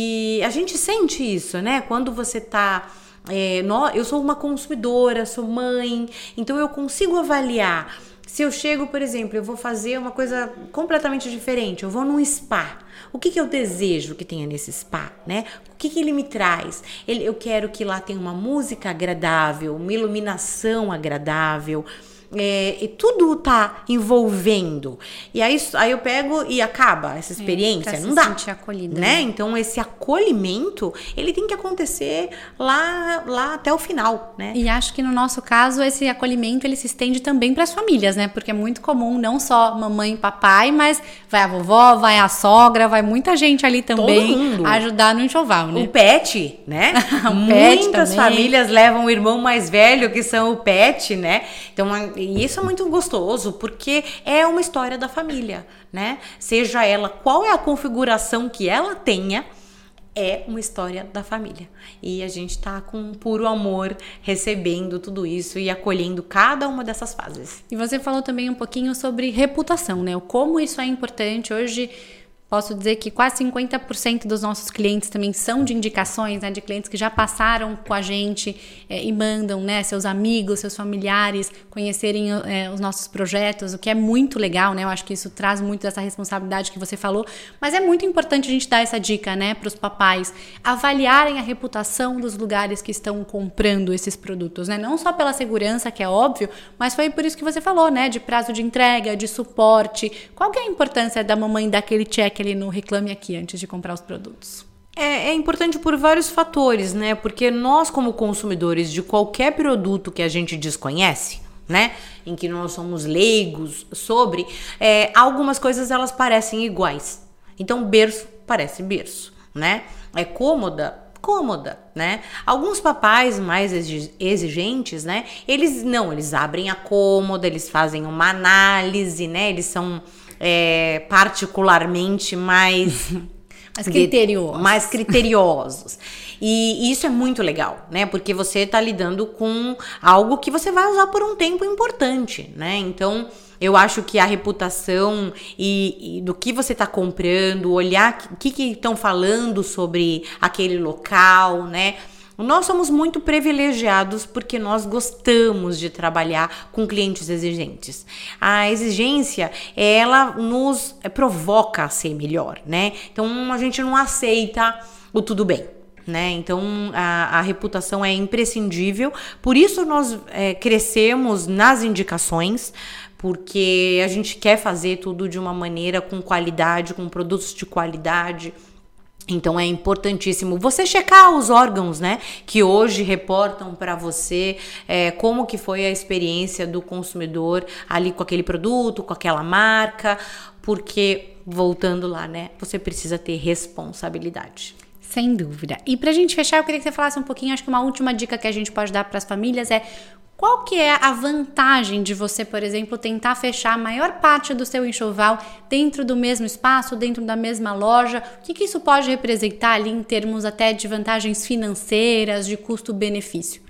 Speaker 2: E a gente sente isso, né, quando você tá... eu sou uma consumidora, sou mãe, então eu consigo avaliar. Se eu chego, por exemplo, eu vou fazer uma coisa completamente diferente, eu vou num spa. O que eu desejo que tenha nesse spa, né? O que ele me traz? Eu quero que lá tenha uma música agradável, uma iluminação agradável, e tudo tá envolvendo. E aí eu pego e acaba essa experiência. Não dá,
Speaker 1: sentir acolhida,
Speaker 2: né? Então esse acolhimento, ele tem que acontecer lá até o final, né?
Speaker 1: E acho que no nosso caso esse acolhimento ele se estende também para as famílias, né? Porque é muito comum não só mamãe e papai, mas vai a vovó, vai a sogra, vai muita gente ali também ajudar no enxoval, né?
Speaker 2: O pet, né? Muitas famílias levam o irmão mais velho, que são o pet, né? Então, e isso é muito gostoso, porque é uma história da família, né? Seja ela, qual é a configuração que ela tenha, é uma história da família. E a gente tá com puro amor recebendo tudo isso e acolhendo cada uma dessas fases.
Speaker 1: E você falou também um pouquinho sobre reputação, né? Como isso é importante. Hoje, posso dizer que quase 50% dos nossos clientes também são de indicações, né, de clientes que já passaram com a gente e mandam, né, seus amigos, seus familiares conhecerem os nossos projetos, o que é muito legal, né? Eu acho que isso traz muito dessa responsabilidade que você falou, mas é muito importante a gente dar essa dica, né, para os papais avaliarem a reputação dos lugares que estão comprando esses produtos, né? Não só pela segurança, que é óbvio, mas foi por isso que você falou, né, de prazo de entrega, de suporte. Qual que é a importância da mamãe dar aquele check ali no Reclame Aqui antes de comprar os produtos?
Speaker 2: É importante por vários fatores, né? Porque nós, como consumidores de qualquer produto que a gente desconhece, né? Em que nós somos leigos sobre, algumas coisas elas parecem iguais. Então, berço parece berço, né? É cômoda, né? Alguns papais mais exigentes, né? Eles abrem a cômoda, eles fazem uma análise, né? Eles são particularmente mais criteriosos. E isso é muito legal, né? Porque você tá lidando com algo que você vai usar por um tempo importante, né? Então, eu acho que a reputação e do que você tá comprando, olhar o que estão falando sobre aquele local, né? Nós somos muito privilegiados porque nós gostamos de trabalhar com clientes exigentes. A exigência, ela nos provoca a ser melhor, né? Então, a gente não aceita o tudo bem, né? Então a reputação é imprescindível, por isso nós crescemos nas indicações, porque a gente quer fazer tudo de uma maneira com qualidade, com produtos de qualidade. Então é importantíssimo você checar os órgãos, né, que hoje reportam para você como que foi a experiência do consumidor ali com aquele produto, com aquela marca, porque, voltando lá, né, você precisa ter responsabilidade.
Speaker 1: Sem dúvida. E pra gente fechar, eu queria que você falasse um pouquinho, acho que uma última dica que a gente pode dar para as famílias é: qual que é a vantagem de você, por exemplo, tentar fechar a maior parte do seu enxoval dentro do mesmo espaço, dentro da mesma loja? O que isso pode representar ali em termos até de vantagens financeiras, de custo-benefício?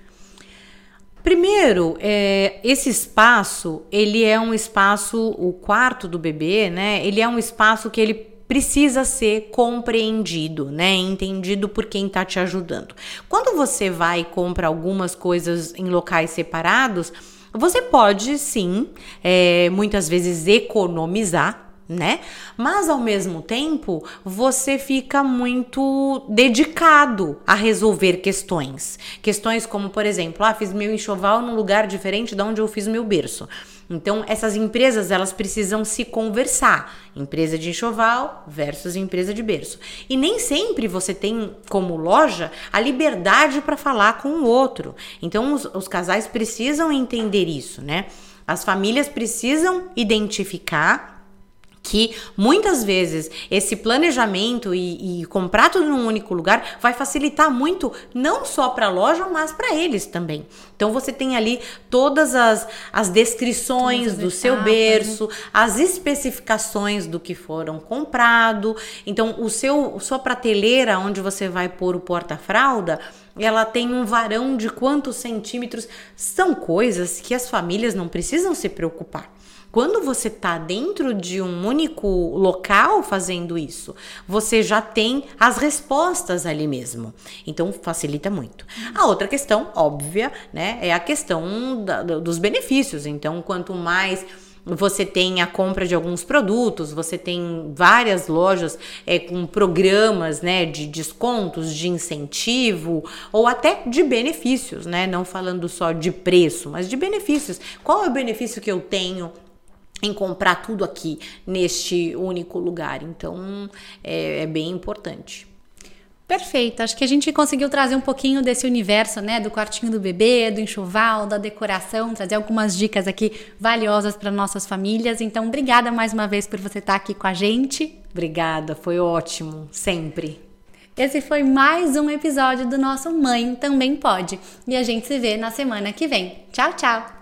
Speaker 2: Primeiro, esse espaço, ele é um espaço, o quarto do bebê, né? Ele é um espaço que ele precisa ser compreendido, né? Entendido por quem tá te ajudando. Quando você vai e compra algumas coisas em locais separados, você pode sim, muitas vezes economizar, né? Mas ao mesmo tempo, você fica muito dedicado a resolver questões. Questões como, por exemplo, fiz meu enxoval num lugar diferente de onde eu fiz meu berço. Então, essas empresas, elas precisam se conversar. Empresa de enxoval versus empresa de berço. E nem sempre você tem, como loja, a liberdade para falar com o outro. Então, os casais precisam entender isso, né? As famílias precisam identificar que muitas vezes esse planejamento e comprar tudo num único lugar vai facilitar muito, não só para a loja, mas para eles também. Então você tem ali todas as descrições do seu berço, as especificações do que foram comprado. Então sua prateleira onde você vai pôr o porta-fralda, ela tem um varão de quantos centímetros. São coisas que as famílias não precisam se preocupar. Quando você está dentro de um único local fazendo isso, você já tem as respostas ali mesmo. Então, facilita muito. A outra questão, óbvia, né, é a questão dos benefícios. Então, quanto mais você tem a compra de alguns produtos, você tem várias lojas com programas, né, de descontos, de incentivo ou até de benefícios, né? Não falando só de preço, mas de benefícios. Qual é o benefício que eu tenho em comprar tudo aqui neste único lugar? Então é bem importante.
Speaker 1: Perfeito, acho que a gente conseguiu trazer um pouquinho desse universo, né, do quartinho do bebê, do enxoval, da decoração, trazer algumas dicas aqui valiosas para nossas famílias. Então, obrigada mais uma vez por você estar aqui com a gente.
Speaker 2: Obrigada, foi ótimo, sempre.
Speaker 1: Esse foi mais um episódio do nosso Mãe Também Pode. E a gente se vê na semana que vem. Tchau, tchau!